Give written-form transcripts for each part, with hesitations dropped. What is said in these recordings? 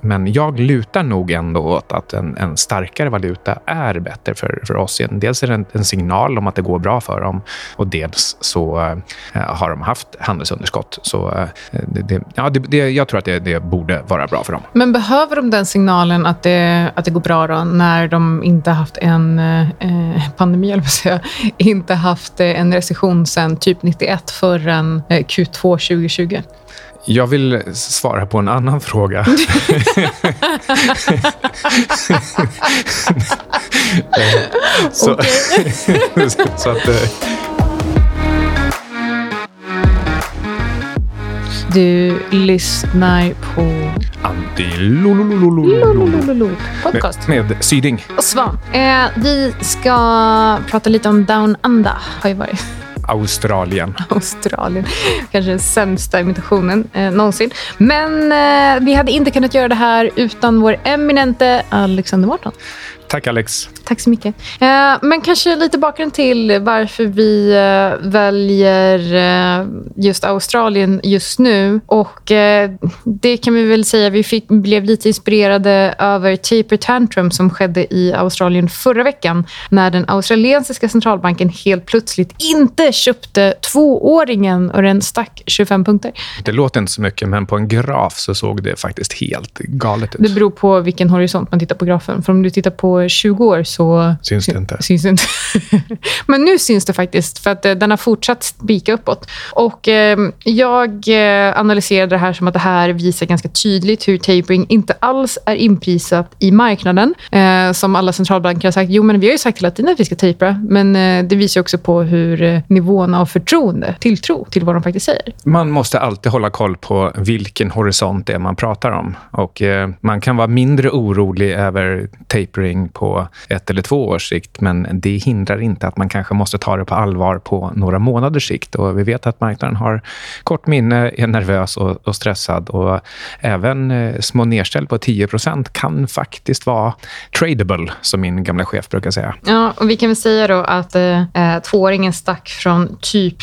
Men jag lutar nog ändå åt att en starkare valuta är bättre för Asien. Dels är det en signal om att det går bra för dem och dels så har de haft handelsunderskott. Så jag tror att det borde vara bra för dem. Men behöver de den signalen att det går bra då, när de inte haft en pandemi, eller vad säger jag, inte haft en recession sedan typ 91 förrän Q2 2020? Jag vill svara på en annan fråga. så att... Du lyssnar på podcast med Syding och Svan. Vi ska prata lite om Down Under, har ju varit Australien. Kanske den sämsta imitationen någonsin. Men vi hade inte kunnat göra det här utan vår eminente Alexander Mårton. Tack Alex. Tack så mycket. Men kanske lite bakgrund till varför vi väljer just Australien just nu. Och det kan vi väl säga, vi blev lite inspirerade över taper tantrum som skedde i Australien förra veckan. När den australiensiska centralbanken helt plötsligt inte köpte 2-åringen och den stack 25 punkter. Det låter inte så mycket, men på en graf så såg det faktiskt helt galet ut. Det beror på vilken horisont man tittar på grafen. För om du tittar på 20 år så syns det inte. Men nu syns det faktiskt, för att den har fortsatt spika uppåt. Och jag analyserade det här som att det här visar ganska tydligt hur tapering inte alls är inprisat i marknaden. Som alla centralbanker har sagt, jo men vi har ju sagt hela tiden att vi ska tapera. Men det visar också på hur nivån av förtroende, tilltro till vad de faktiskt säger. Man måste alltid hålla koll på vilken horisont det är man pratar om. Och man kan vara mindre orolig över tapering på 1 eller 2 års sikt, men det hindrar inte att man kanske måste ta det på allvar på några månaders sikt. Och vi vet att marknaden har kort minne, är nervös och stressad, och även små nedställ på 10% kan faktiskt vara tradable, som min gamla chef brukar säga. Ja, och vi kan väl säga då att 2-åringen stack från typ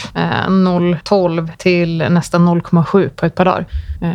0,12 till nästan 0,7 på ett par dagar.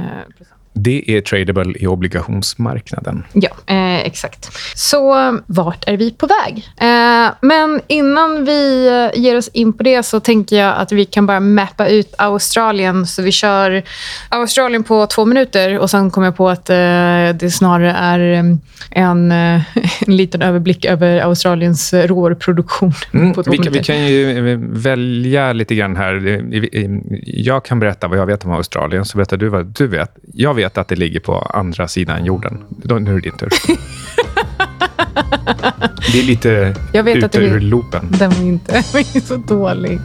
Det är tradable i obligationsmarknaden. Ja, exakt. Så vart är vi på väg? Men innan vi ger oss in på det så tänker jag att vi kan bara mappa ut Australien. Så vi kör Australien på 2 minuter och sen kommer jag på att det snarare är en liten överblick över Australiens råvaruproduktion på 2 minuter. Vi kan ju välja lite grann här. Jag kan berätta vad jag vet om Australien, så berättar du vad du vet. Jag vet att det ligger på andra sidan jorden. Nu är det din tur. Det är lite ute ur loopen. Den var inte så dålig.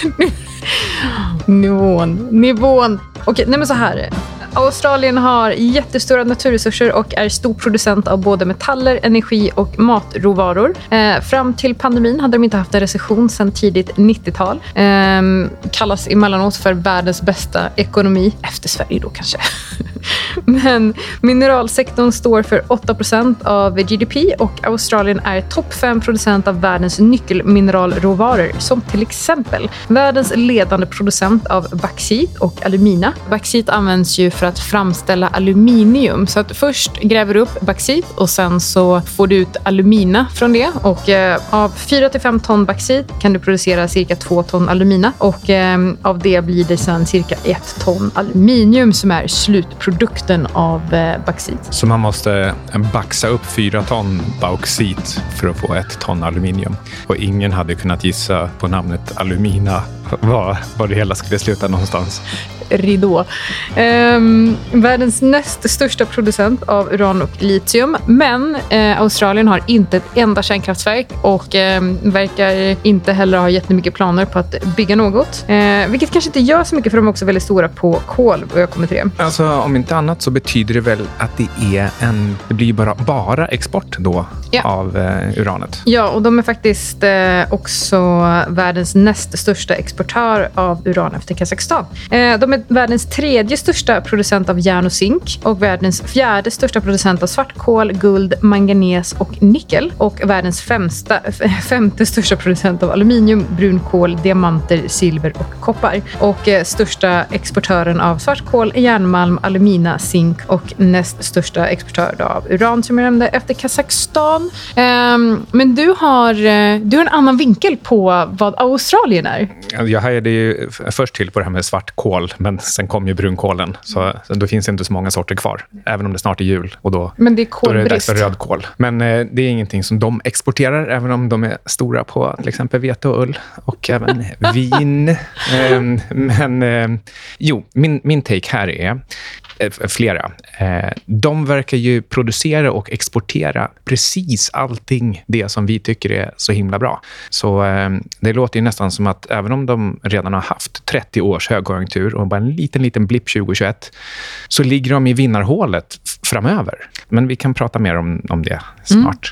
Nivån. Okej, nej men så här. Australien har jättestora naturresurser och är stor producent av både metaller, energi och matråvaror. Fram till pandemin hade de inte haft en recession sedan tidigt 90-tal. Kallas emellanåt för världens bästa ekonomi. Efter Sverige då kanske. Men mineralsektorn står för 8% av GDP och Australien är topp 5% av världens nyckelmineralråvaror, som till exempel världens ledande producent av bauxit och alumina. Bauxit används ju för att framställa aluminium. Så att först gräver du upp bauxit och sen så får du ut alumina från det. Och av 4-5 ton bauxit kan du producera cirka 2 ton alumina. Och av det blir det sen cirka 1 ton aluminium som är slutprodukten av bauxit. Så man måste baxa upp 4 ton bauxit för att få 1 ton aluminium. Och ingen hade kunnat gissa på namnet alumina var det hela skulle sluta någonstans. Ridå. Världens näst största producent av uran och litium. Men Australien har inte ett enda kärnkraftverk och verkar inte heller ha jättemycket planer på att bygga något. Vilket kanske inte gör så mycket, för de är också väldigt stora på kol, och jag kommer till det. Alltså om inte annat så betyder det väl att det blir bara export då av uranet. Ja, och de är faktiskt också världens näst största exportör av uran efter Kazakstan. De är världens 3:e största producent av järn och zink och världens 4:e största producent av svartkol, guld, manganes och nickel och världens 5:e största producent av aluminium, brunkol, diamanter, silver och koppar. Och största exportören av svartkol, järnmalm, alumina, zink och näst största exportör av uran som jag nämnde efter Kazakstan. Men du har en annan vinkel på vad Australien är. Jag hajade ju först till på det här med svartkol, men sen kom ju brunkolen. Så då finns det inte så många sorter kvar, även om det snart är jul. Och då, men det är då är det dags för rödkål. Men det är ingenting som de exporterar, även om de är stora på till exempel vete och ull och även vin. Min take här är flera. De verkar ju producera och exportera precis allting det som vi tycker är så himla bra. Så det låter ju nästan som att även om de redan har haft 30 års högkonjunktur och bara en liten blipp 2021 så ligger de i vinnarhålet framöver. Men vi kan prata mer om det snart.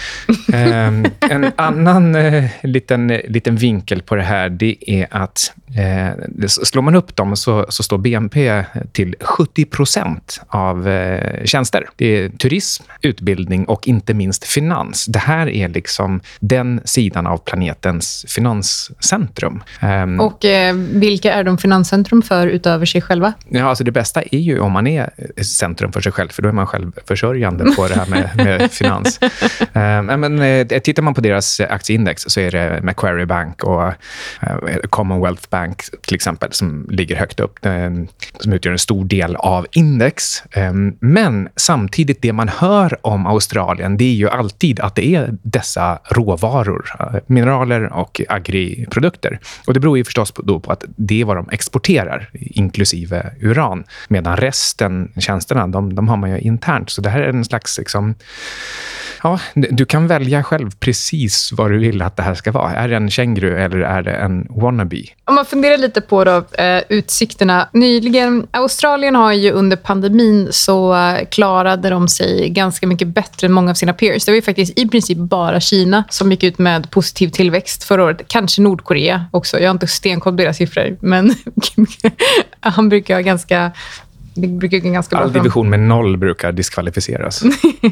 En annan liten vinkel på det här, det är att slår man upp dem så står BNP till 70% av tjänster. Det är turism, utbildning och inte minst finans. Det här är liksom den sidan av planetens finanscentrum. Och vilka är de finanscentrum för utöver sig själva? Ja, alltså det bästa är ju om man är centrum för sig själv, för då är man självförsörjande på det här med finans. Men tittar man på deras aktieindex så är det Macquarie Bank och Commonwealth Bank till exempel som ligger högt upp, som utgör en stor del av index. Men samtidigt det man hör om Australien, det är ju alltid att det är dessa råvaror, mineraler och agriprodukter. Och det beror ju förstås då på att det är vad de exporterar, inklusive uran. Medan resten, tjänsterna, de har man ju internt. Så det här är en slags liksom, ja, du kan välja själv precis vad du vill att det här ska vara. Är det en känguru eller är det en wannabe? Om man funderar lite på då, utsikterna. Nyligen, Australien har ju under pandemin så klarade de sig ganska mycket bättre än många av sina peers. Det var ju faktiskt i princip bara Kina som gick ut med positiv tillväxt förra året. Kanske Nordkorea också. Jag har inte stenkoll på deras siffror, men han brukar ha ganska... Det brukar gå ganska bra. All division med 0 brukar diskvalificeras.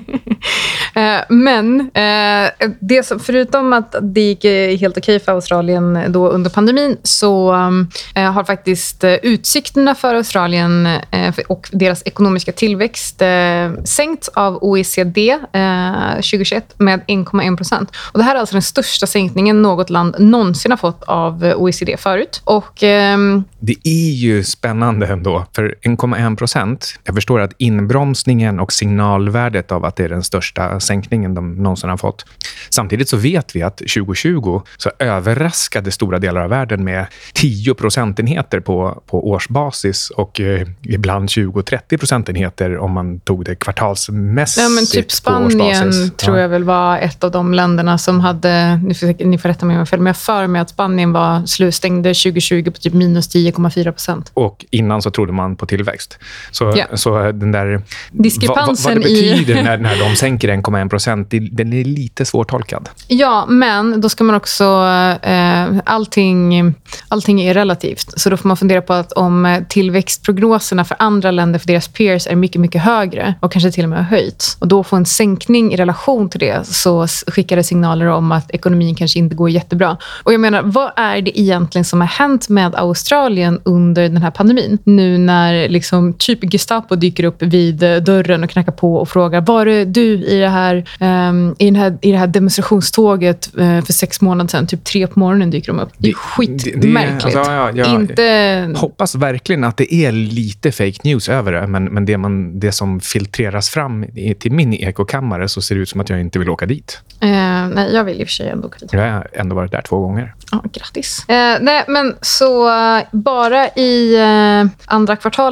Men det som, förutom att det gick helt okej för Australien då under pandemin, så har faktiskt utsikterna för Australien och deras ekonomiska tillväxt sänkt av OECD 2021 med 1,1%. Och det här är alltså den största sänkningen något land någonsin har fått av OECD förut. Och det är ju spännande ändå, för 1,1%. Jag förstår att inbromsningen och signalvärdet av att det är den största sänkningen de någonsin har fått. Samtidigt så vet vi att 2020 så överraskade stora delar av världen med 10 procentenheter på årsbasis och ibland 20-30 procentenheter om man tog det kvartalsmässigt. Ja, men typ Spanien tror jag väl var ett av de länderna som hade, ni får rätta mig om jag fel, men jag för mig att Spanien stängde 2020 på typ minus 10,4%. Och innan så trodde man på tillväxt. Så den där diskrepansen vad det betyder när de sänker 1,1%, den är lite svårtolkad. Ja, men då ska man också allting är relativt. Så då får man fundera på att om tillväxtprognoserna för andra länder, för deras peers, är mycket, mycket högre och kanske till och med har höjts. Och då får en sänkning i relation till det, så skickar det signaler om att ekonomin kanske inte går jättebra. Och jag menar, vad är det egentligen som har hänt med Australien under den här pandemin? Nu när liksom typ Gestapo dyker upp vid dörren och knackar på och frågar: var är du i det här demonstrationståget för 6 månader sedan? Typ 3 på morgonen dyker de upp. Det är skitmärkligt. Jag hoppas verkligen att det är lite fake news över det, men det som filtreras fram till min ekokammare, så ser det ut som att jag inte vill åka dit. Nej, jag vill i och för sig ändå åka dit. Jag har ändå varit där 2 gånger. Ja, grattis. Nej, men så bara i andra kvartalet förra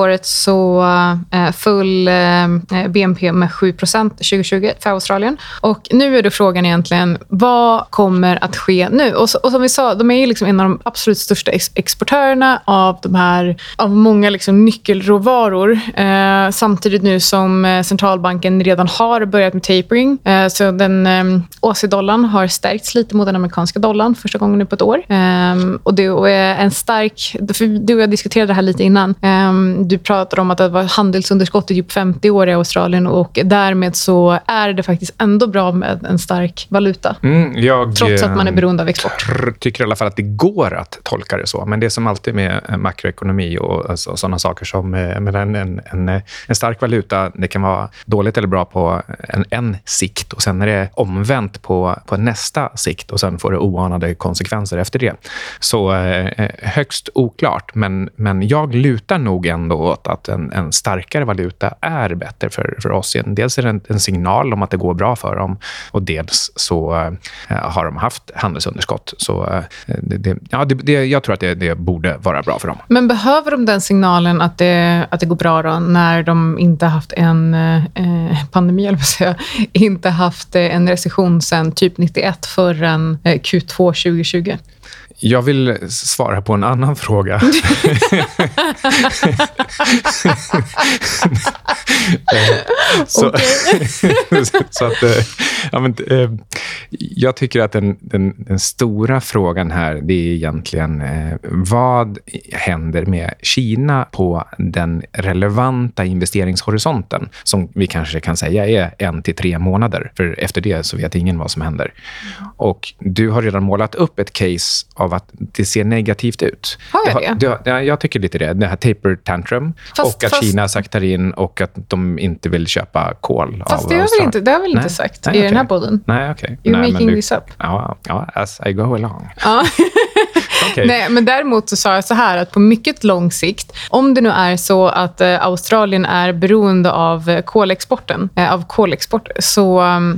året så full BNP med 7% 2020 för Australien. Och nu är det frågan egentligen, vad kommer att ske nu? Och som vi sa, de är ju liksom en av de absolut största exportörerna av de här, av många liksom nyckelråvaror. Samtidigt nu som centralbanken redan har börjat med tapering. Så den Aussie-dollarn har stärkts lite mot den amerikanska dollarn första gången nu på ett år. Och det är en stark, för du och jag diskuterade det här lite innan. Du pratade om att det var handelsunderskott i typ 50 år i Australien, och därmed så är det faktiskt ändå bra med en stark valuta. Trots att man är beroende av export. Tycker i alla fall att det går att tolka det så. Men det är som alltid med makroekonomi och alltså, sådana saker som med en stark valuta, det kan vara dåligt eller bra på en sikt, och sen är det omvänt på nästa sikt, och sen får det oanade konsekvenser efter det. Så högst oklart, men jag lutar nog ändå åt att en starkare valuta är bättre för oss. Dels är det en signal om att det går bra för dem, och dels så har de haft handelsunderskott. Så jag tror att det borde vara bra för dem. Men behöver de den signalen att det går bra då, när de inte haft en pandemi, eller vad säger jag, inte haft en recession sedan typ 91 förrän Q2 2020? Jag vill svara på en annan fråga. Jag tycker att den stora frågan här, det är egentligen vad händer med Kina på den relevanta investeringshorisonten, som vi kanske kan säga är 1 till 3 månader. För efter det så vet ingen vad som händer. Och du har redan målat upp ett case av att det ser negativt ut. Har jag det? Jag tycker lite det här taper tantrum, och att Kina saktar in och att de inte vill köpa kol. Fast det har väl inte sagt i den här podden. Nej, okej. You're making this up. Ja, as I go along. Ja. Okay. Nej, men däremot så sa jag så här, att på mycket lång sikt, om det nu är så att Australien är beroende av kolexport, så,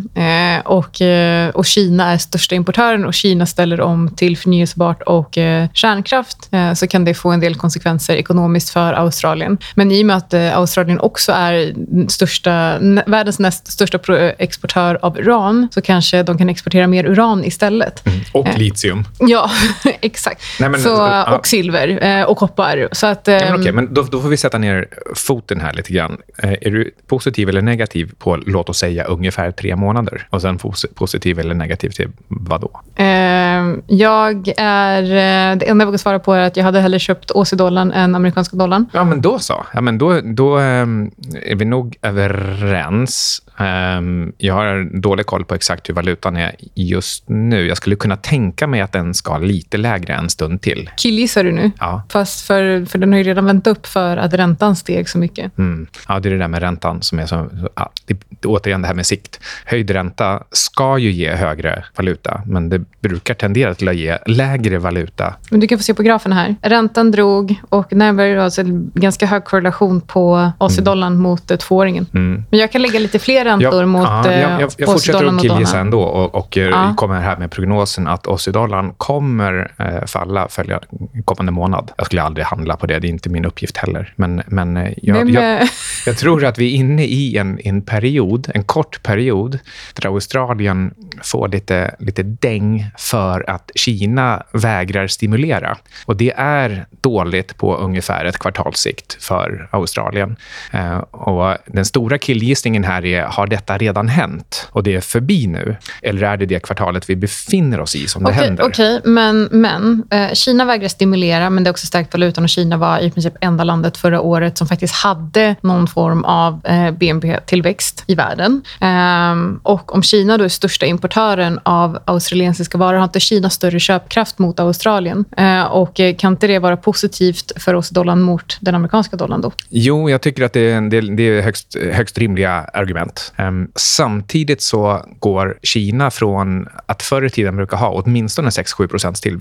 och Kina är största importören, och Kina ställer om till förnyelsebart och kärnkraft, så kan det få en del konsekvenser ekonomiskt för Australien. Men i och med att Australien också är världens näst största exportör av uran, så kanske de kan exportera mer uran istället. Och litium. Ja, exakt. Nej, men, och silver och koppar. Så att, okej, men då får vi sätta ner foten här lite grann. Är du positiv eller negativ på, låt oss säga, ungefär 3 månader? Och sen positiv eller negativ till vad då? Jag är... Det enda jag vågar svara på är att jag hade hellre köpt Aussie-dollarn än amerikanska dollarn. Ja, men då så. Ja, men då är vi nog överens. Jag har dålig koll på exakt hur valutan är just nu. Jag skulle kunna tänka mig att den ska lite lägre en stund till. Killgissar du nu? Ja. Fast för den har ju redan vänt upp för att räntan steg så mycket. Ja, det är det där med räntan som är så... Ja, återigen det här med sikt. Höjd ränta ska ju ge högre valuta, men det brukar tendera till att ge lägre valuta. Men du kan få se på grafen här. Räntan drog, och när var det alltså ganska hög korrelation på Aussie-dollarn mot 2-åringen. Men jag kan lägga lite fler räntor mot jag fortsätter att killgissa ändå och kommer här med prognosen att Aussie-dollarn kommer falla kommande månad. Jag skulle aldrig handla på det, det är inte min uppgift heller. Men jag tror att vi är inne i en kort period där Australien får lite däng för att Kina vägrar stimulera. Och det är dåligt på ungefär ett kvartalssikt för Australien. Och den stora killgissningen här är, har detta redan hänt? Och det är förbi nu? Eller är det kvartalet vi befinner oss i som det händer? Okej, men Kina vägrar stimulera, men det är också stärkt valutan, och Kina var i princip enda landet förra året som faktiskt hade någon form av BNP-tillväxt i världen. Och om Kina då är största importören av australiensiska varor, har inte Kina större köpkraft mot Australien? Och kan inte det vara positivt för oss dollarn mot den amerikanska dollarn då? Jo, jag tycker att det är högst rimliga argument. Samtidigt så går Kina från att förr i tiden brukar ha åtminstone 6-7% tillväxt till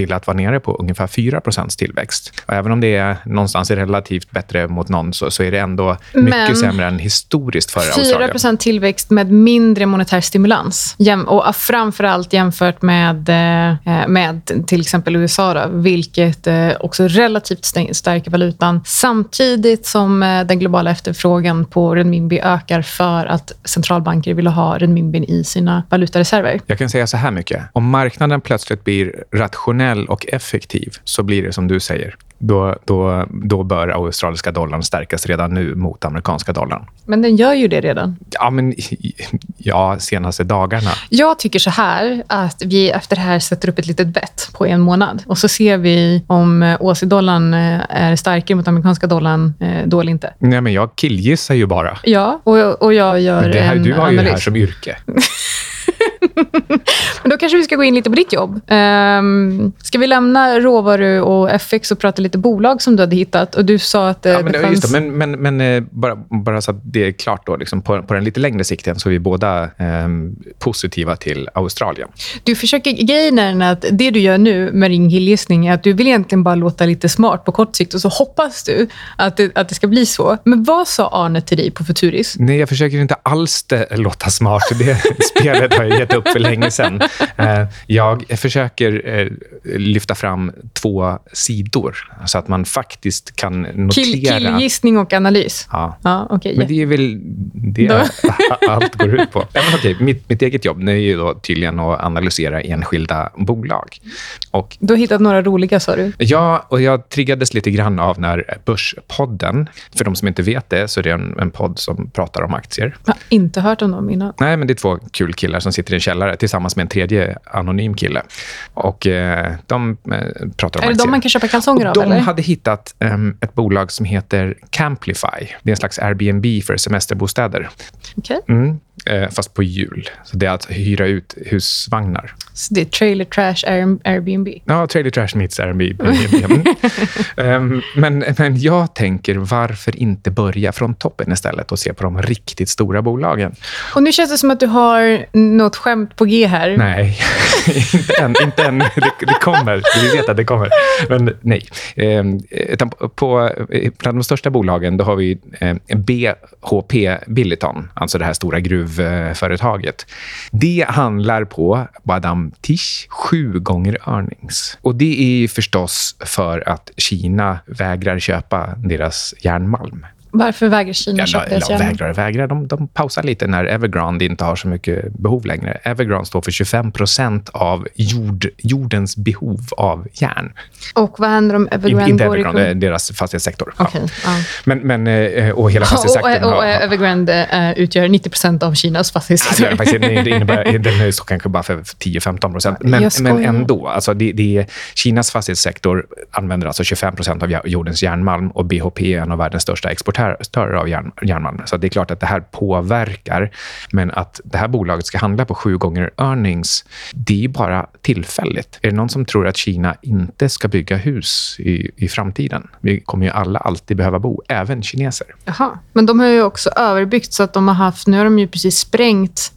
till att vara nere på ungefär 4% tillväxt. Och även om det är någonstans relativt bättre mot någon så är det ändå mycket sämre än historiskt för Australien. 4% tillväxt med mindre monetär stimulans. Och framförallt jämfört med till exempel USA då, vilket också relativt stärker valutan samtidigt som den globala efterfrågan på renminbi ökar för att centralbanker vill ha renminbin i sina valutareserver. Jag kan säga så här mycket. Om marknaden plötsligt blir rationell och effektiv så blir det som du säger. Då bör australiska dollarn stärkas redan nu mot amerikanska dollarn. Men den gör ju det redan. Ja, senaste dagarna. Jag tycker så här att vi efter det här sätter upp ett litet bett på 1 månad. Och så ser vi om AUD-dollarn är starkare mot amerikanska dollarn då eller inte. Nej, men jag killgissar ju bara. Ja, och jag gör det här, en du har analys. ju det här som yrke. Men då kanske vi ska gå in lite på ditt jobb. Ska vi lämna råvaru och FX och prata lite bolag som du hade hittat? Och du sa att det fanns... Just det, men bara så att det är klart då, liksom på den lite längre sikten så är vi båda positiva till Australien. Du försöker grejen att det du gör nu med din killgissning är att du vill egentligen bara låta lite smart på kort sikt och så hoppas du att det ska bli så. Men vad sa Arne till dig på Futuris? Nej, jag försöker inte alls låta smart. Det spelet har jag gett upp för länge sedan. Jag försöker lyfta fram 2 sidor så att man faktiskt kan notera... Killgissning och analys? Ja. Okay, men det är väl det allt går ut på. Men okej, mitt eget jobb är ju då tydligen att analysera enskilda bolag. Och du har hittat några roliga, sa du? Ja, och jag triggades lite grann av när Börspodden, för de som inte vet det så är det en podd som pratar om aktier. Jag har inte hört om dem innan. Nej, men det är 2 kul killar som sitter i en källare tillsammans med en 3:e anonym kille. Och de pratar om aktier. Är det de man kan köpa kalsonger av? De eller? hade hittat ett bolag som heter Camplify. Det är en slags Airbnb för semesterbostäder. Okej. Fast på hjul. Så det är att hyra ut husvagnar. Så det är trailer trash Airbnb? Ja, trailer trash meets Airbnb. Men jag tänker, varför inte börja från toppen istället och se på de riktigt stora bolagen? Och nu känns det som att du har något skämt på G här. Nej, inte än. Det kommer. Vi vet att det kommer. Men nej. Bland de största bolagen då har vi BHP Billiton, alltså det här stora gruvföretaget. Det handlar på Badam Tish 7 gånger earnings. Och det är ju förstås för att Kina vägrar köpa deras järnmalm. Varför vägrar Kina köpa deras järnmalm? Vägrar. De pausar lite när Evergrande inte har så mycket behov längre. Evergrande står för 25% av jordens behov av järn. Och vad händer om Evergrande inte går Evergrande, deras fastighetssektor. Okay, ja. Men och hela fastighetssektorn... Och Evergrande utgör 90% av Kinas fastighetssektor. Den står kanske bara för 10-15%. Men ändå, alltså Kinas fastighetssektor använder alltså 25% av jordens järnmalm och BHP är en av världens största exportörer av järnmalm. Så det är klart att det här påverkar, men att det här bolaget ska handla på 7 gånger earnings, det är bara tillfälligt. Är det någon som tror att Kina inte ska bygga hus i framtiden? Vi kommer ju alla alltid behöva bo, även kineser. Jaha, men de har ju också överbyggt så att de har haft, nu har de ju precis sprängt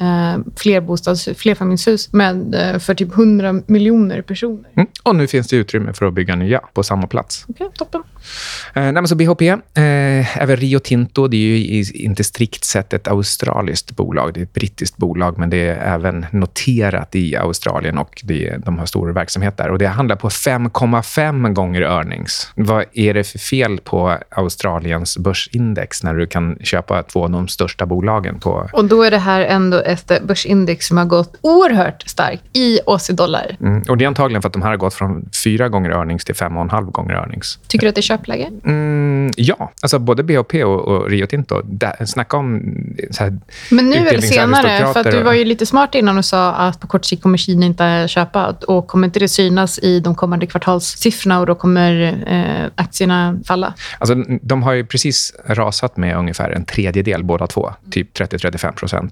flerfamiljshus för typ 100 miljoner personer. Och nu finns det utrymme för att bygga nya på samma plats. Okej, toppen. Så BHP, även Rio Tinto, det är ju inte strikt sett ett australiskt bolag. Det är ett brittiskt bolag, men det är även noterat i Australien och de har stor verksamhet där. Och det handlar på 5,5 gånger earnings. Vad är det för fel på Australiens börsindex när du kan köpa 2 av de största bolagen på... Och då är det här ändå ett börsindex som har gått oerhört starkt i AUD-dollar. Och det är antagligen för att de här har gått från 4 gånger earnings till 5,5 gånger earnings. Tycker du att det är köpläge? Ja, alltså både BHP och Rio Tinto. Snacka om så här. Men nu eller senare, för att du var ju lite smart innan och sa att på kort sikt kommer Kina inte köpa och kommer inte det synas i de kommande kvartalssiffrorna och då kommer aktierna falla? Alltså, de har ju precis rasat med ungefär en tredjedel båda två, typ 30-35%.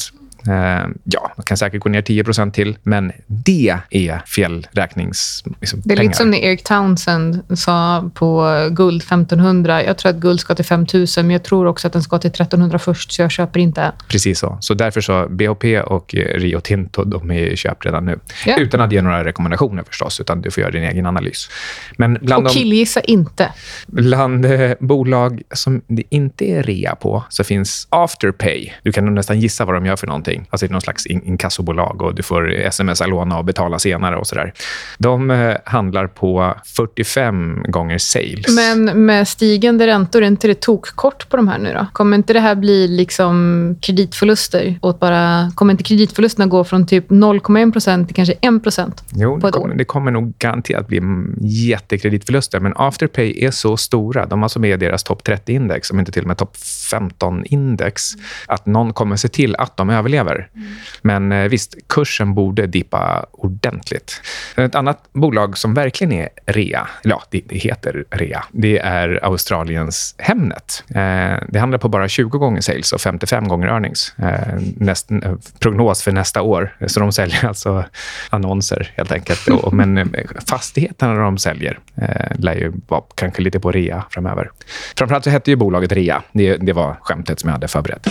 Ja, man kan säkert gå ner 10% till, men det är felräknings liksom, det är pengar. lite som när Eric Townsend sa på guld 1500. Jag tror att guld ska till 5000, men jag tror också att den ska till 1300 först, så jag köper inte. Precis så. Så därför så BHP och Rio Tinto, de är i köp redan nu. Ja. Utan att ge några rekommendationer förstås, utan du får göra din egen analys. Men bland Och killgissa inte. Bland bolag som det inte är rea på så finns Afterpay. Du kan nog nästan gissa vad de gör för någonting. Alltså det är någon slags inkassobolag och du får sms-låna och betala senare och sådär. De handlar på 45 gånger sales. Men med stigande räntor, är inte det tokkort på de här nu då? Kommer inte det här bli liksom kreditförluster? Kommer inte kreditförlusterna gå från typ 0,1% till kanske 1%? Jo, det kommer nog garanterat bli jättekreditförluster. Men Afterpay är så stora. De har som är deras topp 30-index, om inte till och med topp 15-index. Att någon kommer se till att de överlever. Men visst, kursen borde dippa ordentligt. Ett annat bolag som verkligen är rea, ja, det heter rea, det är Australiens Hemnet. Det handlar på bara 20 gånger sales och 55 gånger earnings. Prognos för nästa år. Så de säljer alltså annonser helt enkelt. Men fastigheterna de säljer lär ju vara kanske lite på rea framöver. Framförallt så hette ju bolaget rea. Det var skämtet som jag hade förberett.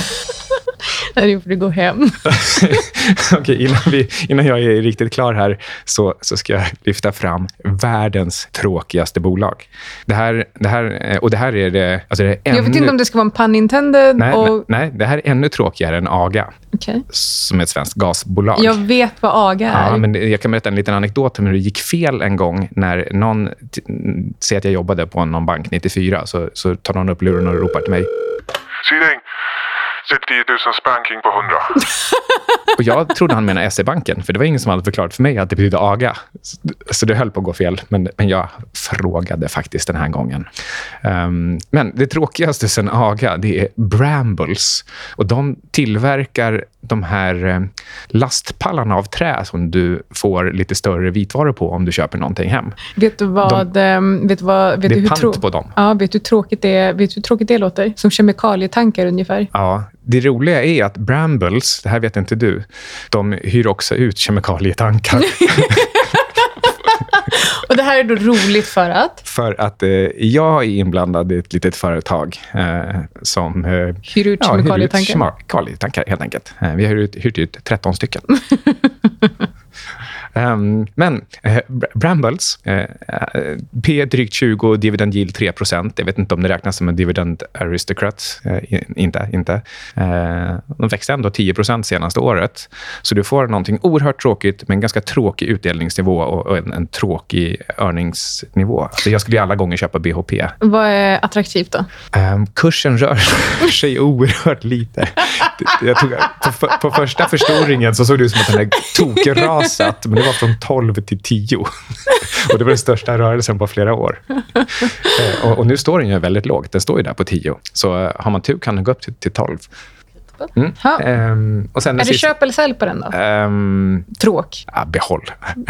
Nu får du gå hem. Okej, innan jag är riktigt klar här så ska jag lyfta fram världens tråkigaste bolag. Det här är det... Alltså det är ännu... Jag vet inte om det ska vara en pun intended. Nej, det här är ännu tråkigare än AGA. Okay. Som är ett svenskt gasbolag. Jag vet vad AGA är. Ja, men jag kan berätta en liten anekdot om hur det gick fel en gång när någon säger att jag jobbade på någon bank 94, så tar någon upp luren och ropar till mig. Syding, sätt 10 000 spanking på 100. Och jag trodde han menade SE-banken, för det var ingen som hade förklarat för mig att det betydde AGA. Så det höll på att gå fel, men jag frågade faktiskt den här gången. Men det tråkigaste sen AGA, det är Brambles. Och de tillverkar de här lastpallarna av trä som du får lite större vitvaror på om du köper någonting hem. Vet du vad... det är pant på dem. Ja, vet du hur tråkigt det låter? Som kemikalietankar ungefär. Ja, det roliga är att Brambles, det här vet inte du, de hyr också ut kemikalietankar. Och det här är då roligt för att? För att jag är inblandad i ett litet företag som hyr ut kemikalietankar. Kemikalietankar helt enkelt. Vi har hyrt ut 13 stycken. Men Brambles, P drygt 20, dividend yield 3%. Jag vet inte om det räknas som en dividend aristocrat. Inte. De växte ändå 10% senaste året. Så du får någonting oerhört tråkigt med en ganska tråkig utdelningsnivå och en tråkig earningsnivå. Så jag skulle alla gånger köpa BHP. Vad är attraktivt då? Kursen rör sig oerhört lite. Jag tog, på första förstoringen så såg det ut som att den är tokrasat, men det var från 12 till 10. Och det var den största rörelsen på flera år. Och nu står den ju väldigt lågt. Den står ju där på 10. Så har man tur kan den gå upp till 12. Och sen är det köp eller sälj på den då? Tråk. Ja, behåll.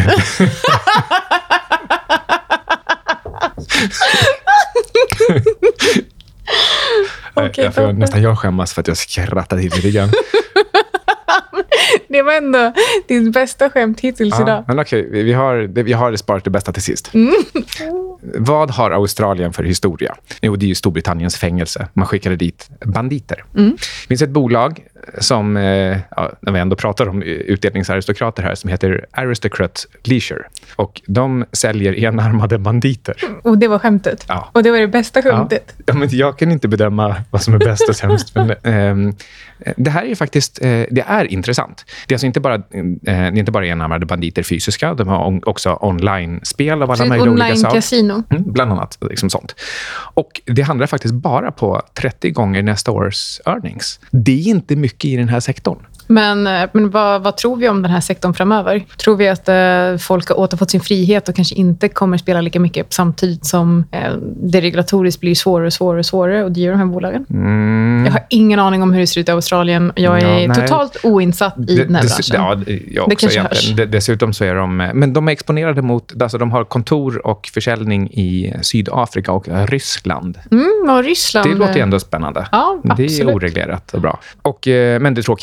Okay, jag skämmas för att jag skrattade till lite grann. Det var ändå ditt bästa skämt hittills idag. Men okej, vi har sparat det bästa till sist. Vad har Australien för historia? Jo, det är ju Storbritanniens fängelse. Man skickade dit banditer. Det finns ett bolag som, när vi ändå pratar om utdelningsaristokrater här, som heter Aristocrat Leisure. Och de säljer enarmade banditer. Och det var skämtet? Ja. Och det var det bästa skämtet? Ja, men jag kan inte bedöma vad som är bäst och sämst. Men, det här är faktiskt det är intressant. Det är alltså inte bara enarmade banditer fysiska. De har också online-spel av alla möjliga olika saker. Online-casino. Bland annat, liksom sånt. Och det handlar faktiskt bara på 30 gånger nästa års earnings. Det är inte mycket i den här sektorn. Men vad tror vi om den här sektorn framöver? Tror vi att folk har återfått sin frihet och kanske inte kommer spela lika mycket samtidigt som det regulatoriskt blir svårare och det gör de här bolagen? Jag har ingen aning om hur det ser ut i Australien. Jag är totalt oinsatt i den här branschen. Det kanske hörs. Dessutom så är men de är exponerade mot, alltså de har kontor och försäljning i Sydafrika och Ryssland. Och Ryssland. Det låter ändå spännande. Ja, absolut. Det är oreglerat och bra. Men det tråkiga, kursen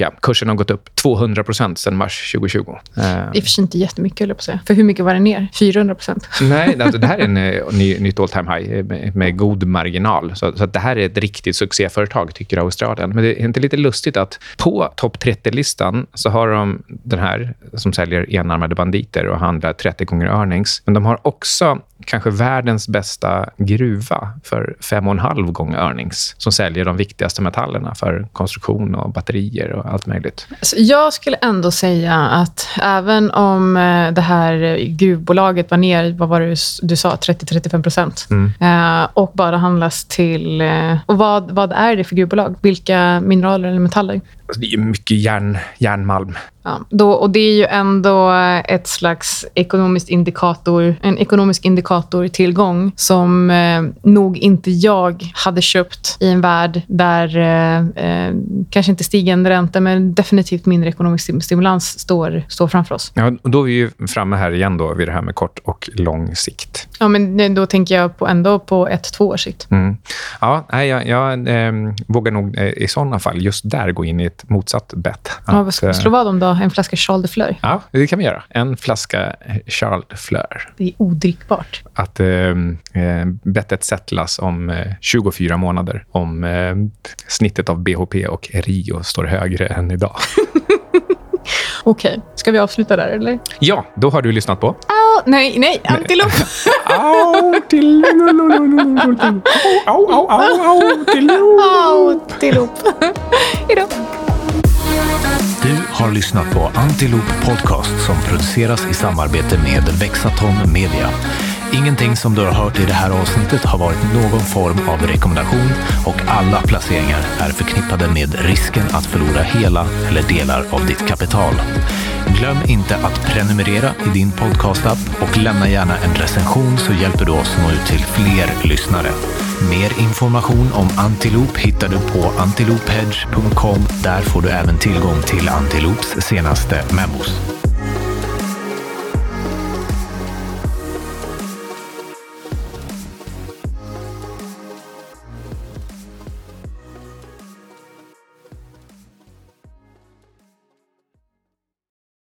har gått upp 200% sedan mars 2020. Det är för sig inte jättemycket, eller på att säga. För hur mycket var det ner? 400%? Nej, alltså det här är en nytt all-time high med god marginal. Så att det här är ett riktigt succéföretag, tycker Australien. Men det är inte lite lustigt att på topp 30-listan så har de den här som säljer enarmade banditer och handlar 30 gånger earnings. Men de har också kanske världens bästa gruva för 5,5 gånger earnings som säljer de viktigaste metallerna för konstruktion och batterier och allt möjligt. Så jag skulle ändå säga att även om det här gruvbolaget var ner, vad var det du sa, 30-35%, och bara handlas till... Och vad är det för gruvbolag? Vilka mineraler eller metaller? Alltså det är ju mycket järnmalm. Ja, och det är ju ändå ett slags en ekonomisk indikator tillgång som nog inte jag hade köpt i en värld där kanske inte stigande ränta, men definitivt mindre ekonomisk stimulans står framför oss. Ja, och då är vi ju framme här igen då vid det här med kort och lång sikt. Ja, men då tänker jag ändå på 1-2 års sikt. Ja, jag vågar nog i sådana fall just där gå in i ett motsatt bett. Ja, vad ska vi slå vad om då? En flaska Charles de Fleur? Ja, det kan vi göra. En flaska Charles de Fleur. Det är odrickbart. Att bettet settlas om 24 månader. Om snittet av BHP och Rio står högre än idag. Okej, ska vi avsluta där eller? Ja, då har du lyssnat på... Nej, antilop. Antilop. Hejdå. Du har lyssnat på Antilop Podcast som produceras i samarbete med Vexatom Media. Ingenting som du har hört i det här avsnittet har varit någon form av rekommendation och alla placeringar är förknippade med risken att förlora hela eller delar av ditt kapital. Glöm inte att prenumerera i din podcastapp och lämna gärna en recension så hjälper du oss nå ut till fler lyssnare. Mer information om Antilop hittar du på antilophedge.com. Där får du även tillgång till Antilops senaste memos.